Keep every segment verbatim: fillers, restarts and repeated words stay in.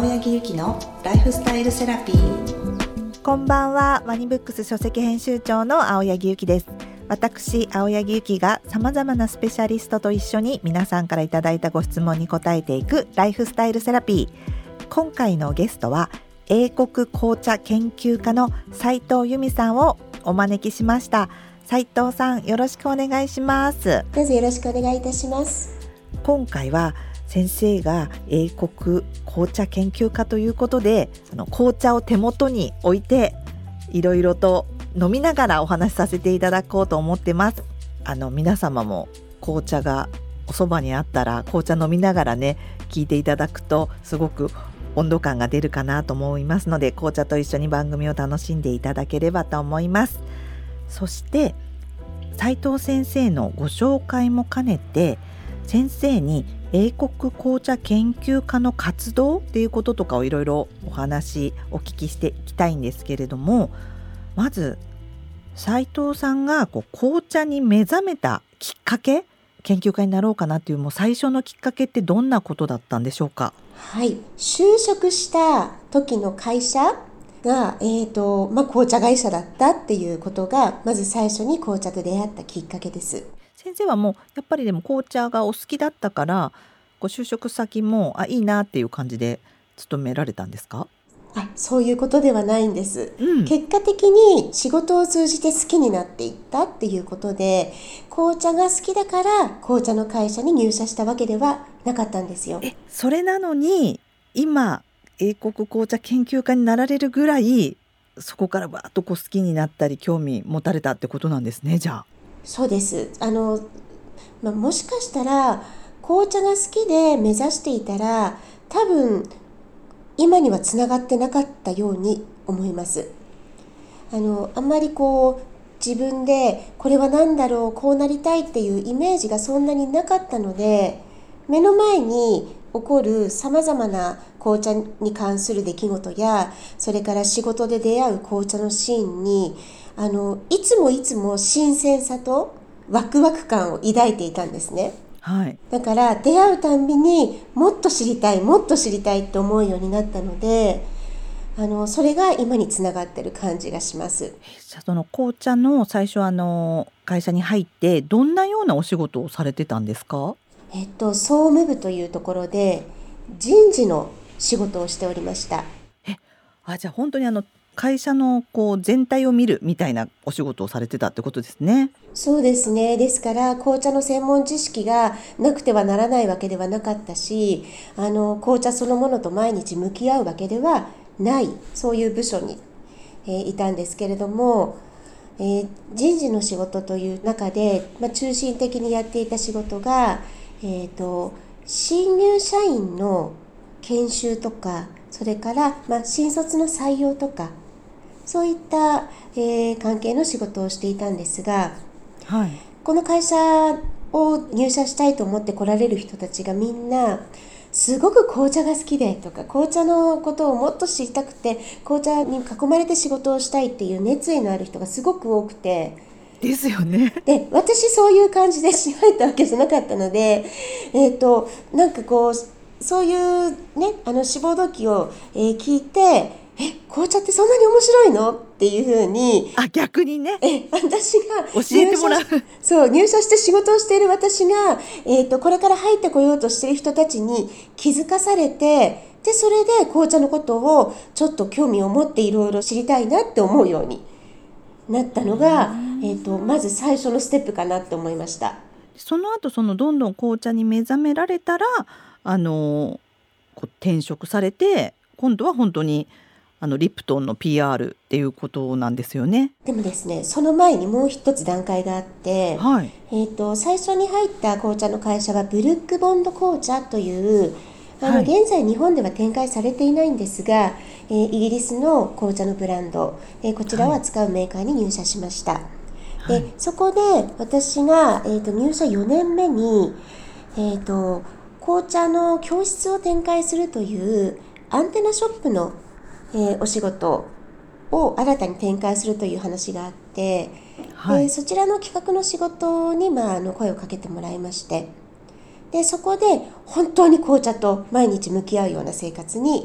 青柳ゆきのライフスタイルセラピー。 こんばんは。ワニブックス書籍編集長の青柳ゆきです。私青柳ゆきがさまざまなスペシャリストと一緒に皆さんからいただいたご質問に答えていくライフスタイルセラピー。今回のゲストは英国紅茶研究家の斉藤由美さんをお招きしました。斉藤さん、よろしくお願いします。 どうぞよろしくお願いいたします。 今回は先生が英国紅茶研究家ということで、その紅茶を手元に置いていろいろと飲みながらお話しさせていただこうと思ってます。あの皆様も紅茶がおそばにあったら紅茶飲みながらね聞いていただくとすごく温度感が出るかなと思いますので、紅茶と一緒に番組を楽しんでいただければと思います。そして斉藤先生のご紹介も兼ねて、先生に英国紅茶研究家の活動っていうこととかをいろいろお話お聞きしていきたいんですけれども、まず斉藤さんがこう紅茶に目覚めたきっかけ、研究家になろうかなっていうもう最初のきっかけってどんなことだったんでしょうか？ はい、就職した時の会社が、えーとまあ、紅茶会社だったっていうことがまず最初に紅茶と出会ったきっかけです。 先生はもうやっぱりでも紅茶がお好きだったからご就職先もあいいなっていう感じで勤められたんですか？ あ、そういうことではないんです、 うん、 結果的に仕事を通じて好きになっていったっていうことで、紅茶が好きだから紅茶の会社に入社したわけではなかったんですよ。 えそれなのに今英国紅茶研究家になられるぐらいそこからバーッとこう好きになったり興味持たれたってことなんですね。じゃあそうです。あの、まあ、もしかしたら紅茶が好きで目指していたら多分今にはつながってなかったように思います。あのあんまりこう自分でこれは何だろう、こうなりたいっていうイメージがそんなになかったので、目の前に起こるさまざまな紅茶に関する出来事や、それから仕事で出会う紅茶のシーンにあのいつもいつも新鮮さとワクワク感を抱いていたんですね。 はい、 だから出会うたんびにもっと知りたいもっと知りたいって思うようになったので、あのそれが今につながってる感じがします。 じゃあその紅茶の最初あの会社に入ってどんなようなお仕事をされてたんですか？ えっと、総務部というところで人事の仕事をしておりました。 えあじゃあ本当にあの会社のこう全体を見るみたいなお仕事をされてたってことですね。 そうですね。ですから紅茶の専門知識がなくてはならないわけではなかったし、あの紅茶そのものと毎日向き合うわけではない、そういう部署に、えーいたんですけれども、えー人事の仕事という中で、まあ、中心的にやっていた仕事が、えーと、新入社員の研修とか、それから、まあ、新卒の採用とか、そういった、えー関係の仕事をしていたんですが、 はい、 この会社を入社したいと思って来られる人たちがみんなすごく紅茶が好きでとか、紅茶のことをもっと知りたくて紅茶に囲まれて仕事をしたいっていう熱意のある人がすごく多くて、 ですよね。 で私そういう感じで入ったわけじゃなかったので、えーとなんかこうそういうねあの志望動機を、えー聞いて、え紅茶ってそんなに面白いのっていうふうに、 あ逆にねえ私が教えてもらう。 そう入社して仕事をしている私が、えーとこれから入ってこようとしている人たちに気づかされて、でそれで紅茶のことをちょっと興味を持っていろいろ知りたいなって思うようになったのが、えーとまず最初のステップかなって思いました。 その後そのどんどん紅茶に目覚められたらあのこう転職されて今度は本当にあのリプトンの ピーアール っていうことなんですよね。 でもですね、その前にもう一つ段階があって、 はい、 えーと最初に入った紅茶の会社はブルックボンド紅茶というあの、 はい、 現在日本では展開されていないんですが、えーイギリスの紅茶のブランド、えーこちらを扱うメーカーに入社しました。 はい、 でそこで私が、えーと入社よねんめに、えーと紅茶の教室を展開するというアンテナショップの、えーお仕事を新たに展開するという話があって、 はい、 でそちらの企画の仕事に、まあ、あの声をかけてもらいまして、でそこで本当に紅茶と毎日向き合うような生活に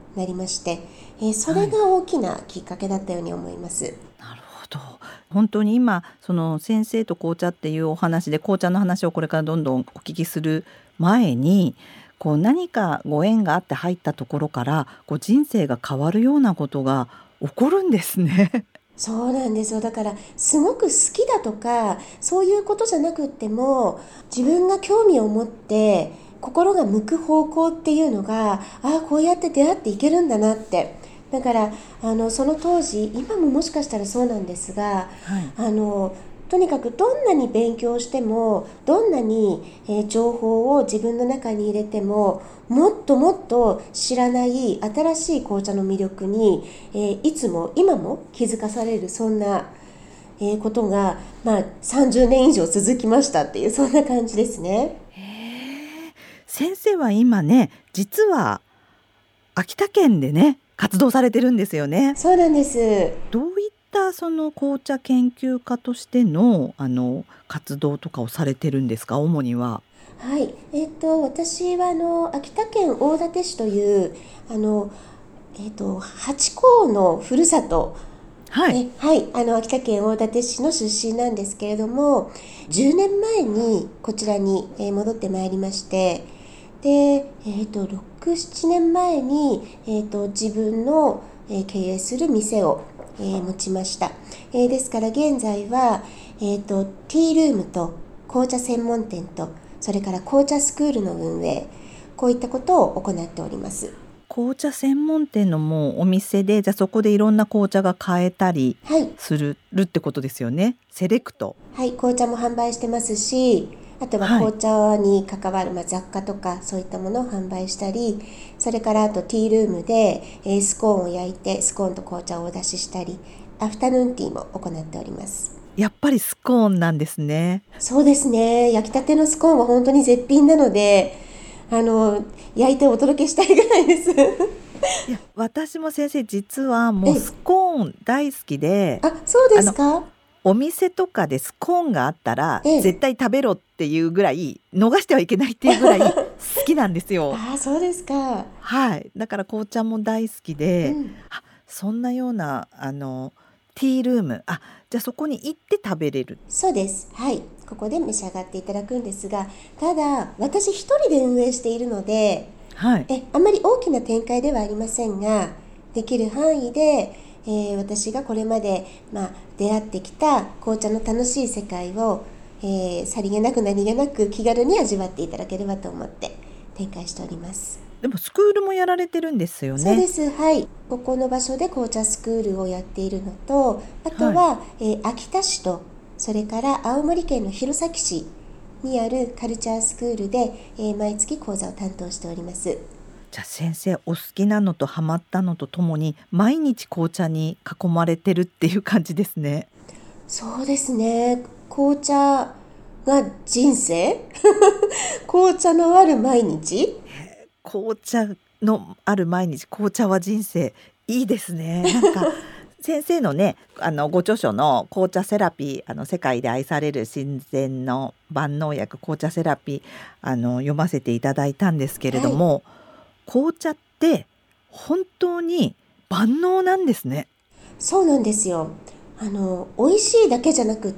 なりまして、えーそれが大きなきっかけだったように思います。 なるほど。本当に今その先生と紅茶っていうお話で紅茶の話をこれからどんどんお聞きする前にこう何かご縁があって入ったところからこう人生が変わるようなことが起こるんですね。 そうなんですよ。だからすごく好きだとかそういうことじゃなくっても、自分が興味を持って心が向く方向っていうのが、ああこうやって出会っていけるんだなって。だからあのその当時、今ももしかしたらそうなんですが、 はい。 あのとにかくどんなに勉強しても、どんなに、えー情報を自分の中に入れても、もっともっと知らない新しい紅茶の魅力に、えーいつも今も気づかされる、そんな、えーことが、まあ、さんじゅうねん以上続きましたっていう、そんな感じですね。 へえ。先生は今ね実は秋田県でね活動されてるんですよね。 そうなんです。 どういったその紅茶研究家としてのあの活動とかをされてるんですか、主には。 はい、えっと私はあの秋田県大館市というあの、えっと八甲のふるさと、 はい。 えはい、あの秋田県大館市の出身なんですけれども、じゅうねんまえにこちらに、えー戻ってまいりまして、で、えっとろく、ななねんまえに、えっと自分の、えー経営する店を、えー持ちました。えーですから現在は、えっとティールームと紅茶専門店と、それから紅茶スクールの運営、こういったことを行っております。 紅茶専門店のもうお店で、じゃあそこでいろんな紅茶が買えたりはい、 するるってことですよね。セレクト。 はい、紅茶も販売してますし、あとははい。 紅茶に関わる、まあ、雑貨とかそういったものを販売したり、それからあとティールームで、えースコーンを焼いてスコーンと紅茶をお出ししたり、アフタヌーンティーも行っております。 やっぱりスコーンなんですね。 そうですね、焼きたてのスコーンは本当に絶品なので、あの焼いてお届けしたいぐらいです。 いや、私も先生実はもうえスコーン大好きで、 あ、そうであのすか。 お店とかでスコーンがあったらええ、 絶対食べろっていうぐらい、逃してはいけないっていうぐらい好きなんですよ。 ああ、そうですか。 はい。だから紅茶も大好きで、 うん。 あ、そんなようなあのティールーム、あ、じゃあそこに行って食べれる。 そうです。はい。ここで召し上がっていただくんですが、ただ、私一人で運営しているので、 はい。 え、あまり大きな展開ではありませんが、できる範囲で、えー私がこれまで、まあ、出会ってきた紅茶の楽しい世界を、えーさりげなく何気なく気軽に味わっていただければと思って展開しております。 でもスクールもやられてるんですよね。 そうです。はい。ここの場所で紅茶スクールをやっているのと、あとはい。 は、えー秋田市と、それから青森県の弘前市にあるカルチャースクールで、えー毎月講座を担当しております。 じゃあ先生お好きなのとハマったのとともに毎日紅茶に囲まれてるっていう感じですね。 そうですね。紅茶が人生紅茶のある毎日。 紅茶のある毎日、紅茶は人生、いいですね。なんか先生のねあのご著書の紅茶セラピー、あの世界で愛される自然の万能薬紅茶セラピー、あの読ませていただいたんですけれはい。 ども、紅茶って本当に万能なんですね。 そうなんですよ。あの、美味しいだけじゃなくって、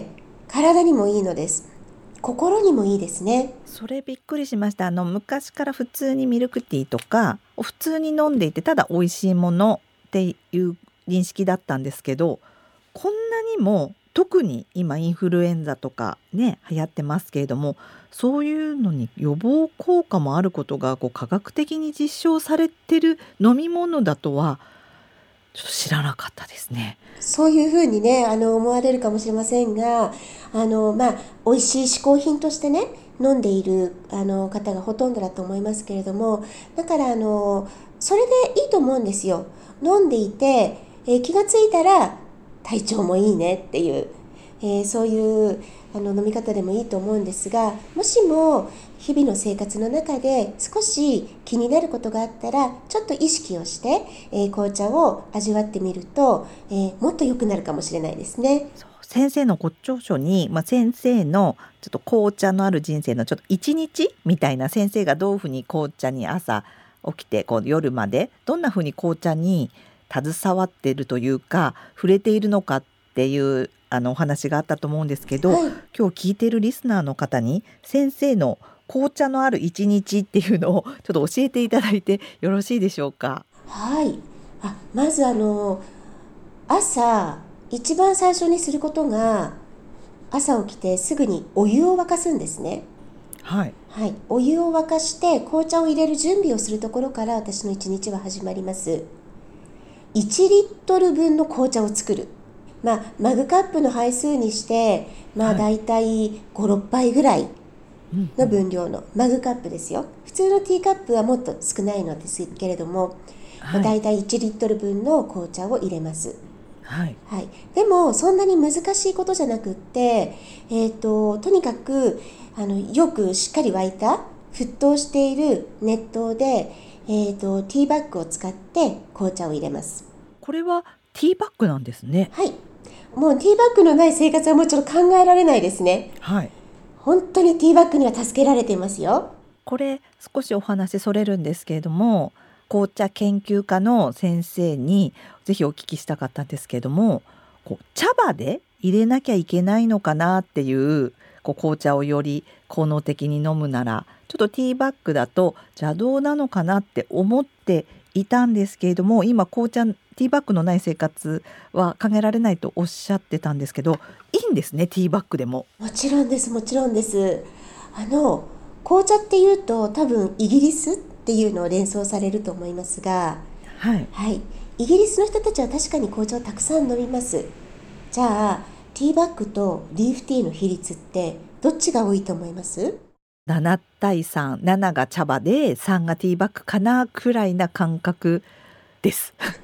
体にもいいのです。心にもいいですね。 それびっくりしました。あの昔から普通にミルクティーとか普通に飲んでいてただ美味しいものっていう認識だったんですけど、こんなにも特に今インフルエンザとかね流行ってますけれども、そういうのに予防効果もあることがこう科学的に実証されてる飲み物だとはちょっと知らなかったですね。 そういうふうにね、あの思われるかもしれませんが、あのまあ美味しい嗜好品としてね、飲んでいるあの方がほとんどだと思いますけれども、だからあのそれでいいと思うんですよ。飲んでいて、えー気がついたら体調もいいねっていう、えーそういうあの飲み方でもいいと思うんですが、もしも日々の生活の中で少し気になることがあったら、ちょっと意識をして、えー紅茶を味わってみると、えーもっと良くなるかもしれないですね。 そう先生のご著書に、まあ、先生のちょっと紅茶のある人生のちょっと一日みたいな、先生がどういうふうに紅茶に朝起きてこう夜までどんなふうに紅茶に携わっているというか触れているのかっていうあのお話があったと思うんですけど、 はい、 今日聞いているリスナーの方に先生の紅茶のある一日っていうのをちょっと教えていただいてよろしいでしょうか。 はい。あ、まずあの朝一番最初にすることが、朝起きてすぐにお湯を沸かすんですね。 はい、 はい、お湯を沸かして紅茶を入れる準備をするところから私の一日は始まります。いちリットル分の紅茶を作る。まあ、マグカップの杯数にして、まあ、 はいだいたいご、ろっぱいぐらいうんの分量のマグカップですよ。普通のティーカップはもっと少ないのですけれども、まあ、だはいいたいいちリットル分の紅茶を入れます。 はいはい、でもそんなに難しいことじゃなくって、えー、ととにかくあのよくしっかり沸いた沸騰している熱湯で、えー、とティーバッグを使って紅茶を入れます。 これはティーバッグなんですね。 はい、もうティーバッグのない生活はもうちょっと考えられないですね。 はい、 本当にティーバッグには助けられていますよ。 これ少しお話それるんですけれども、紅茶研究家の先生にぜひお聞きしたかったんですけれども、こう茶葉で入れなきゃいけないのかなっていう、こう紅茶をより効能的に飲むならちょっとティーバッグだと邪道なのかなって思っていたんですけれども、今紅茶ティーバッグのない生活は考えられないとおっしゃってたんですけど、いいんですね、ティーバッグでも。 もちろんですもちろんです。あの紅茶っていうと多分イギリスっていうのを連想されると思いますが、 はい、 はい、イギリスの人たちは確かに紅茶をたくさん飲みます。じゃあティーバッグとリーフティーの比率ってどっちが多いと思います？ ななたいさん、ななが茶葉でさんがティーバッグかなくらいな感覚です。 はい、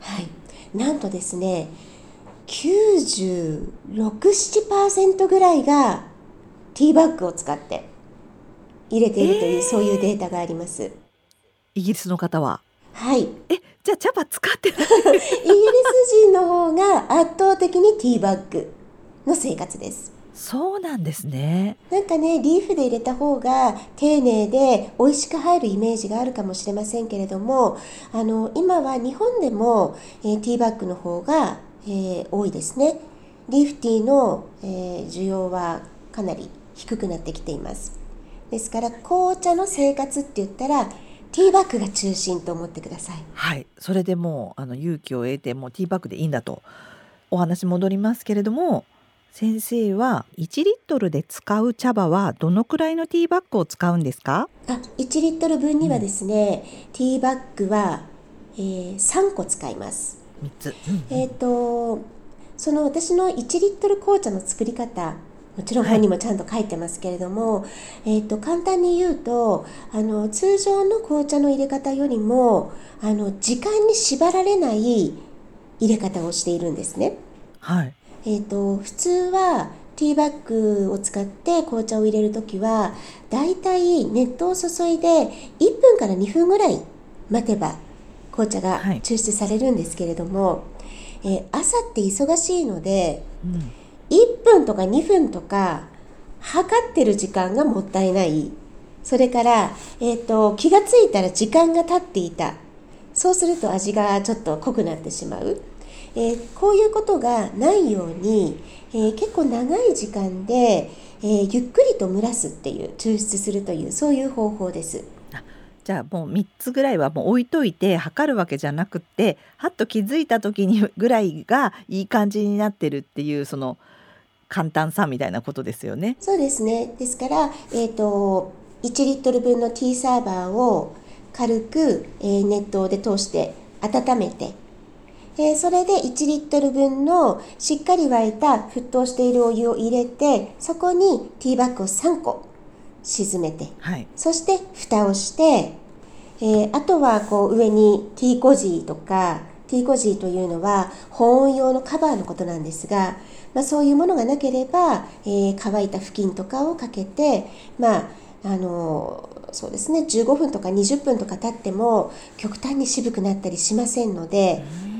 なんとですね、きゅうじゅうろく、ななパーセント ぐらいがティーバッグを使って入れているという、 えーそういうデータがあります。 イギリスの方は。 はい、イギリえ、じゃあ茶葉使ってないス人の方が圧倒的にティーバッグの生活です。 そうなんですね。 なんかね、リーフで入れた方が丁寧で美味しく入るイメージがあるかもしれませんけれども、あの今は日本でも、えーティーバッグの方が、えー多いですね。リーフティーの、えー需要はかなり低くなってきています。ですから紅茶の生活って言ったらティーバッグが中心と思ってください。 はい、それでもうあの勇気を得てもうティーバッグでいいんだと。お話戻りますけれども、先生はいちリットルで使う茶葉はどのくらいのティーバッグを使うんですか？ あ、いちリットル分にはですね、ティーバッグは、えーさんこ使います。 みっつ、うんうんえっ、とその私のいちリットル紅茶の作り方、もちろん本にもちゃんと書いてますけれども、えっ、と簡単に言うと、あの通常の紅茶の入れ方よりもあの時間に縛られない入れ方をしているんですね。 はい、 えー、と普通はティーバッグを使って紅茶を入れるときはだいたい熱湯を注いでいっぷんからにふんぐらい待てば紅茶がはい抽出されるんですけれども、えー朝って忙しいのでうんいっぷんとかにふんとか測ってる時間がもったいない。それから、えー、と気がついたら時間が経っていた。そうすると味がちょっと濃くなってしまう。えーこういうことがないように、えー結構長い時間で、えーゆっくりと蒸らすっていう、抽出するという、そういう方法です。 じゃあもうみっつぐらいはもう置いといて測るわけじゃなくって、はっと気づいた時にぐらいがいい感じになってるっていう、その簡単さみたいなことですよね。 そうですね。ですから、えー、といちリットル分のティーサーバーを軽く、えー熱湯で通して温めて、えーそれでいちリットル分のしっかり沸いた沸騰しているお湯を入れて、そこにティーバッグをさんこ沈めて、 はい、 そして蓋をして、えーあとはこう上にティーコジーとか、ティーコジーというのは保温用のカバーのことなんですが、まあ、そういうものがなければ、えー乾いた布巾とかをかけて、まああのーそうですね、じゅうごふんとかにじゅっぷんとか経っても極端に渋くなったりしませんので、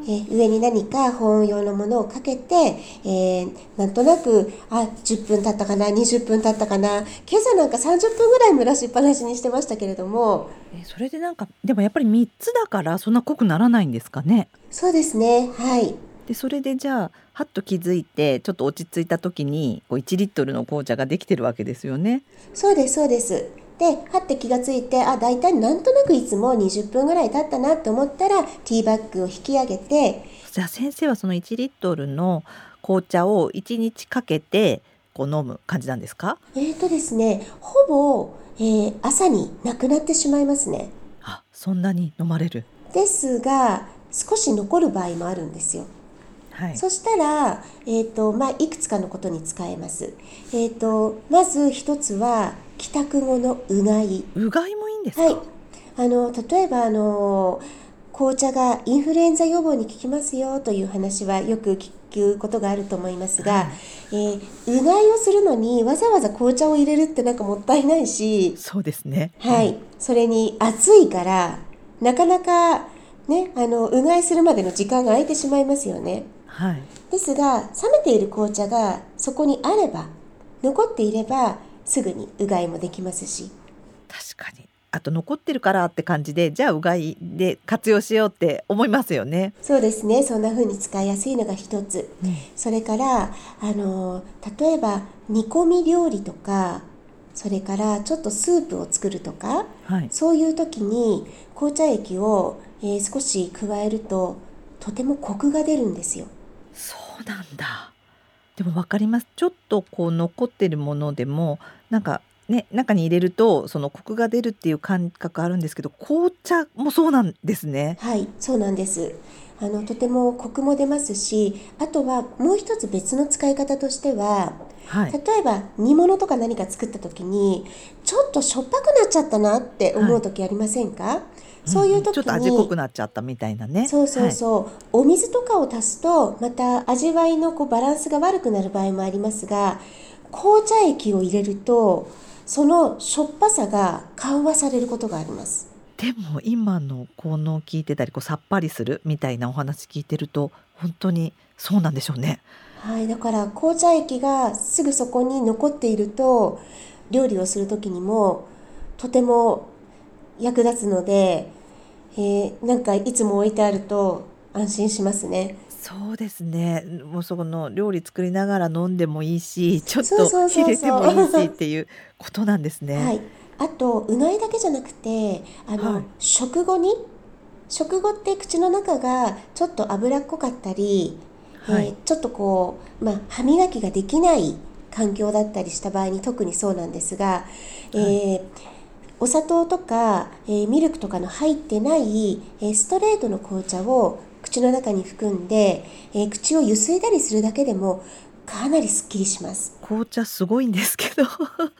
えー上に何か保温用のものをかけて、えーなんとなくあじゅっぷん経ったかなにじゅっぷん経ったかな、今朝なんかさんじゅっぷんぐらい蒸らしっぱなしにしてましたけれども、 えそれでなんかでもやっぱりみっつだからそんな濃くならないんですかね。 そうですね、はい。 でそれでじゃあはっと気づいてちょっと落ち着いた時にこういちリットルの紅茶ができてるわけですよね。 そうですそうです。ではって気がついて、あだいたいなんとなくいつもにじゅっぷんぐらい経ったなと思ったらティーバッグを引き上げて、 じゃあ先生はそのいちリットルの紅茶をいちにちかけてこう飲む感じなんですか？ えーとですねほぼ、えー朝になくなってしまいますね。 あ、そんなに飲まれる。 ですが少し残る場合もあるんですよ。 はい。 そしたら、えーとまあ、いくつかのことに使えます。えーとまず一つは帰宅後のうがい。 うがいもいいんですか？ はい、あの例えばあの紅茶がインフルエンザ予防に効きますよという話はよく聞くことがあると思いますが、 はいえーうがいをするのにわざわざ紅茶を入れるってなんかもったいないし、 そうですね。 はい、それに暑いからなかなかね、あのうがいするまでの時間が空いてしまいますよね。 はい。 ですが冷めている紅茶がそこにあれば、残っていればすぐにうがいもできますし、 確かに。あと残ってるからって感じでじゃあうがいで活用しようって思いますよね。 そうですね、そんな風に使いやすいのが一つ。 うんそれからあの例えば煮込み料理とか、それからちょっとスープを作るとか、 はい。 そういう時に紅茶液を、えー少し加えるととてもコクが出るんですよ。 そうなんだ。でもわかります。ちょっとこう残ってるものでもなんかね中に入れるとそのコクが出るっていう感覚あるんですけど紅茶もそうなんですね。 はい、そうなんです。あのとてもコクも出ますし、あとはもう一つ別の使い方としては、 はい。 例えば煮物とか何か作った時にちょっとしょっぱくなっちゃったなって思う時ありませんか？そういうんんちょっ時と味濃に、 くなっちゃったみたいなね。 そうそうはい。 そう、お水とかを足すとまた味わいのこうバランスが悪くなる場合もありますが、紅茶液を入れるとそのしょっぱさが緩和されることがあります。 でも今のこの聞いてたりこうさっぱりするみたいなお話聞いてると本当にそうなんでしょうね。 はい、だから紅茶液がすぐそこに残っていると料理をする時にもとても役立つので、えーなんかいつも置いてあると安心しますね。 そうですね。もうその料理作りながら飲んでもいいし、ちょっとそうそう入れてそうそうもいいしっていうことなんですね。 はい、あとうがいだけじゃなくてあの、 はい食後に食後って口の中がちょっと脂っこかったり、 はいえーちょっとこう、まあ、歯磨きができない環境だったりした場合に特にそうなんですが、えーお砂糖とか、えーミルクとかの入ってない、えーストレートの紅茶を口の中に含んで、えー口をゆすいだりするだけでもかなりすっきりします。 紅茶すごいんですけど。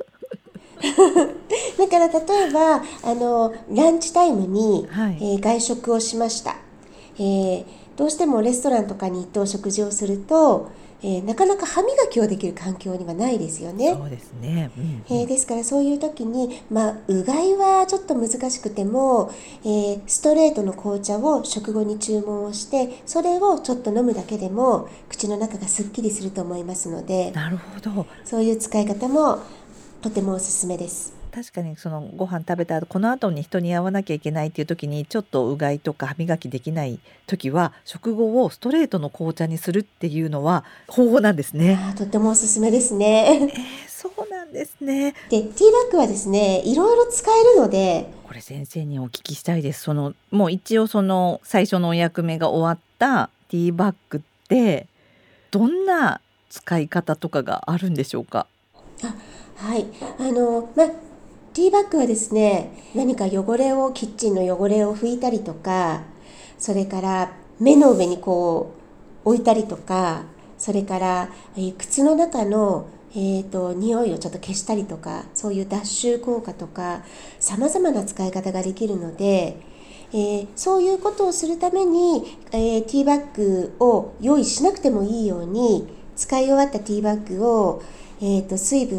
だから例えばあのランチタイムに、 はいえー外食をしました、えーどうしてもレストランとかに行ってお食事をすると、えーなかなか歯磨きをできる環境にはないですよね。 そうですね。うんうんえーですからそういう時に、まあ、うがいはちょっと難しくても、えーストレートの紅茶を食後に注文をしてそれをちょっと飲むだけでも口の中がすっきりすると思いますので、 なるほど。 そういう使い方もとてもおすすめです。 確かにそのご飯食べた後この後に人に会わなきゃいけないっていう時にちょっとうがいとか歯磨きできない時は食後をストレートの紅茶にするっていうのは方法なんですね。 あーとてもおすすめですね。 えー、そうなんですね。 で、ティーバッグはですね、いろいろ使えるので、 これ先生にお聞きしたいです。そのもう一応その最初のお役目が終わったティーバッグってどんな使い方とかがあるんでしょうか？ あ、はい、あの、ま、ティーバッグはですね、何か汚れを、キッチンの汚れを拭いたりとか、それから目の上にこう置いたりとか、それからえー靴の中のえーと匂いをちょっと消したりとか、そういう脱臭効果とかさまざまな使い方ができるので、えーそういうことをするために、えーティーバッグを用意しなくてもいいように、使い終わったティーバッグを、えーと水分を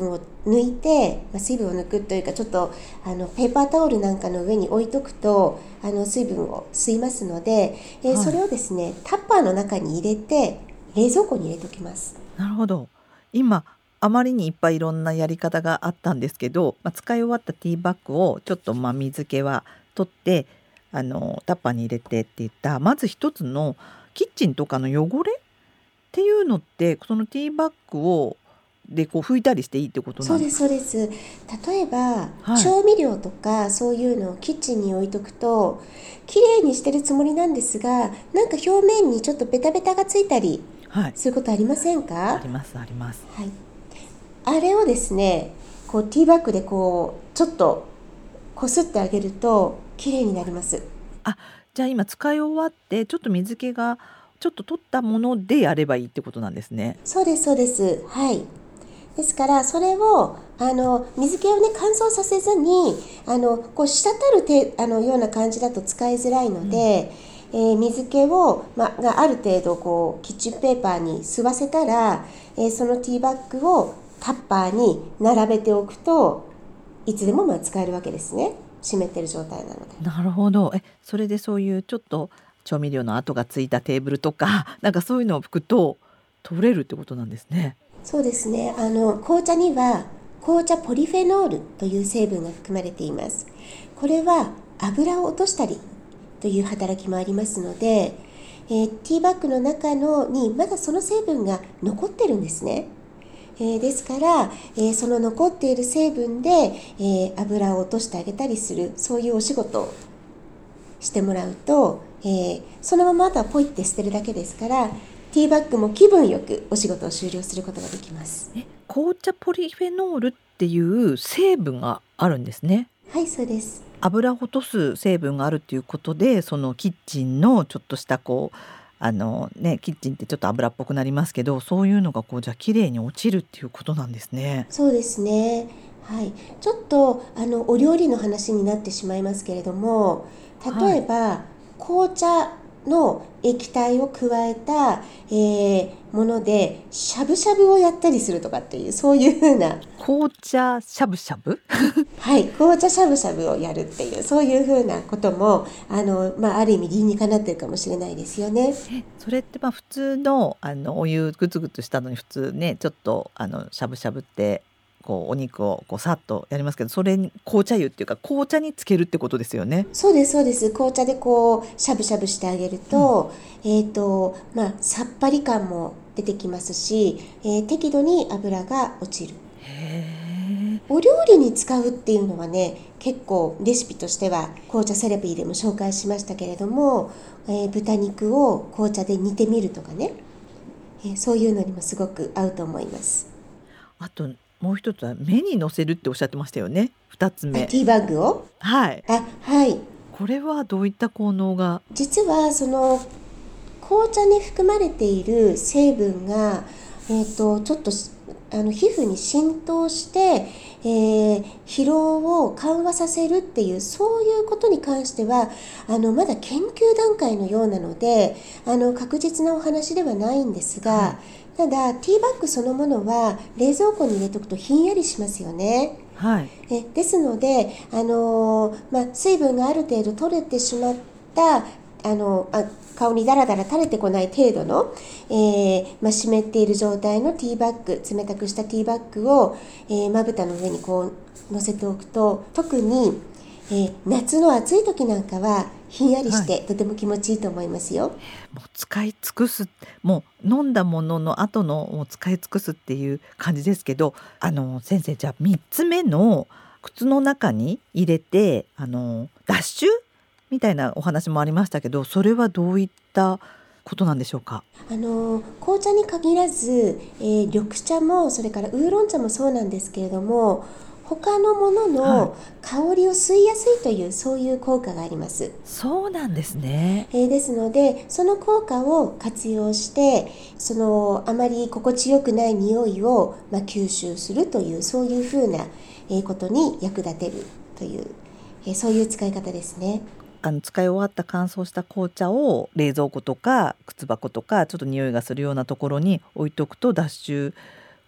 抜いて、まあ、水分を抜くというかちょっとあのペーパータオルなんかの上に置いとくとあの水分を吸いますので、えーはいそれをですねタッパーの中に入れて冷蔵庫に入れておきます。 なるほど。今あまりにいっぱいいろんなやり方があったんですけど、まあ、使い終わったティーバッグをちょっとまあ水気は取ってあのタッパーに入れてっていったまず一つのキッチンとかの汚れっていうのってそのティーバッグをでこう拭いたりしていいってことそうでなんですか？ すそうです。例えば、 はい調味料とかそういうのをキッチンに置いとくときれいにしてるつもりなんですがなんか表面にちょっとベタベタがついたりはい、 することありませんか？ ありますあります。 はい、あれをですねこうティーバッグでこうちょっとこすってあげるときれいになります。 あ、じゃあ今使い終わってちょっと水気がちょっと取ったものでやればいいってことなんですね。 そうですそうです。はい。ですからそれをあの水気をね乾燥させずにあのこう滴るてあのような感じだと使いづらいので、えー水気を、ま、がある程度こうキッチンペーパーに吸わせたら、えーそのティーバッグをタッパーに並べておくといつでもまあ使えるわけですね。湿ってる状態なので。 なるほど。え、それでそういうちょっと調味料の跡がついたテーブルとかなんかそういうのを拭くと取れるってことなんですね。 そうですね。あの紅茶には紅茶ポリフェノールという成分が含まれています。これは油を落としたりという働きもありますので、えーティーバッグの中のにまだその成分が残ってるんですね。えーですから、えーその残っている成分で、えー油を落としてあげたりするそういうお仕事をしてもらうと、えーそのままあとはポイって捨てるだけですからティーバッグも気分よくお仕事を終了することができます。 え、紅茶ポリフェノールっていう成分があるんですね。 はい、そうです。 油を落とす成分があるっていうことでそのキッチンのちょっとしたこうあのねキッチンってちょっと油っぽくなりますけどそういうのがこうじゃあ綺麗に落ちるっていうことなんですね。 そうですね。はい。ちょっとあのお料理の話になってしまいますけれども、例えば、紅茶の液体を加えた、えーものでしゃぶしゃぶをやったりするとかっていうそういうふうな、 紅茶しゃぶしゃぶはい、紅茶しゃぶしゃぶをやるっていうそういうふうなこともあの、まあ、ある意味理にかなってるかもしれないですよね。 えそれってまあ普通の、あのお湯グツグツしたのに普通ねちょっとあのしゃぶしゃぶってこうお肉をこうさっとやりますけどそれに紅茶湯っていうか紅茶につけるってことですよね。 そうですそうです。紅茶でこうしゃぶしゃぶしてあげると、えっ、とまあさっぱり感も出てきますし、えー適度に油が落ちる。 へえ。 お料理に使うっていうのはね結構レシピとしては紅茶セラピーでも紹介しましたけれども、えー豚肉を紅茶で煮てみるとかね、えーそういうのにもすごく合うと思います。 あともう一つは目にのせるっておっしゃってましたよね。二つ目。 あティーバッグをはい。 あはいこれはどういった効能が。 実はその紅茶に含まれている成分が、えー、とちょっとあの皮膚に浸透して、えー疲労を緩和させるっていうそういうことに関してはあのまだ研究段階のようなのであの確実なお話ではないんですが、 はただティーバッグそのものは冷蔵庫に入れておくとひんやりしますよね。 はい。 えですので、あのーまあ、水分がある程度取れてしまったあのあ顔にダラダラ垂れてこない程度の、えーまあ、湿っている状態のティーバッグ冷たくしたティーバッグをえまぶたの上にこう乗せておくと特に、えー夏の暑い時なんかはひんやりしてとても気持ちいいと思いますよ。 もう使い尽くすもう飲んだものの後のもう使い尽くすっていう感じですけどあの先生じゃあみっつめの靴の中に入れてあの脱臭みたいなお話もありましたけどそれはどういったことなんでしょうか。 あの紅茶に限らず、えー緑茶もそれからウーロン茶もそうなんですけれども他のものはいの香りを吸いやすいというそういう効果があります。 そうなんですね。 えーですのでその効果を活用してそのあまり心地よくない匂いを、まあ、吸収するというそういうふうな、えーことに役立てるという、えーそういう使い方ですね。 あの使い終わった乾燥した紅茶を冷蔵庫とか靴箱とかちょっと匂いがするようなところに置いとくと脱臭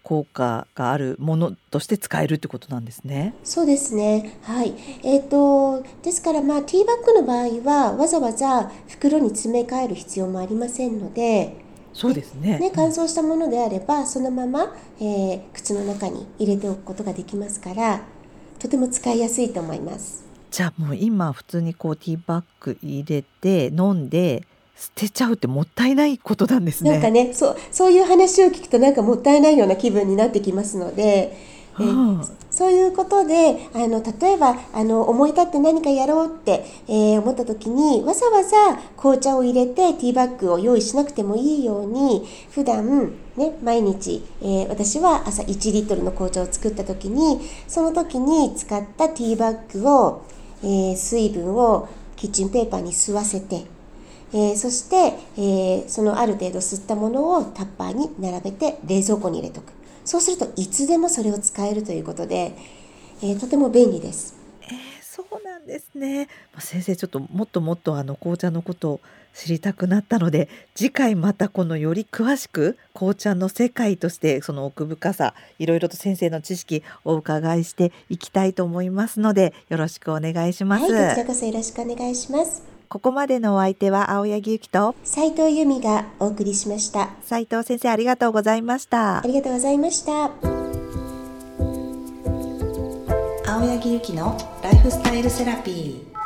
効果があるものとして使えるってことなんですね。 そうですね。はい。えっと、ですから、まあ、ティーバッグの場合は、わざわざ袋に詰め替える必要もありませんので、 そうですね。 ね、乾燥したものであれば、そのまま、えー靴の中に入れておくことができますから、とても使いやすいと思います。 じゃあもう今普通にこうティーバッグ入れて飲んで捨てちゃうってもったいないことなんですね。 なんかね、そう、そういう話を聞くとなんかもったいないような気分になってきますので、えーはあそういうことで、あの例えばあの思い立って何かやろうって、えー思った時にわざわざ紅茶を入れてティーバッグを用意しなくてもいいように、普段ね、毎日、えー私は朝いちリットルの紅茶を作った時に、その時に使ったティーバッグを、えー水分をキッチンペーパーに吸わせて、えーそして、えーそのある程度吸ったものをタッパーに並べて冷蔵庫に入れとく。そうするといつでもそれを使えるということで、えーとても便利です。 えーそうなんですね。まあ先生ちょっともっともっとあの紅茶のことを知りたくなったので、次回またこのより詳しく紅茶の世界としてその奥深さ、いろいろと先生の知識をお伺いしていきたいと思いますので、よろしくお願いします。 はい、こちらこそよろしくお願いします。 ここまでのお相手は青柳ゆきと斉藤由美がお送りしました。 斉藤先生、ありがとうございました。 ありがとうございました。 青柳ゆきのライフスタイルセラピー。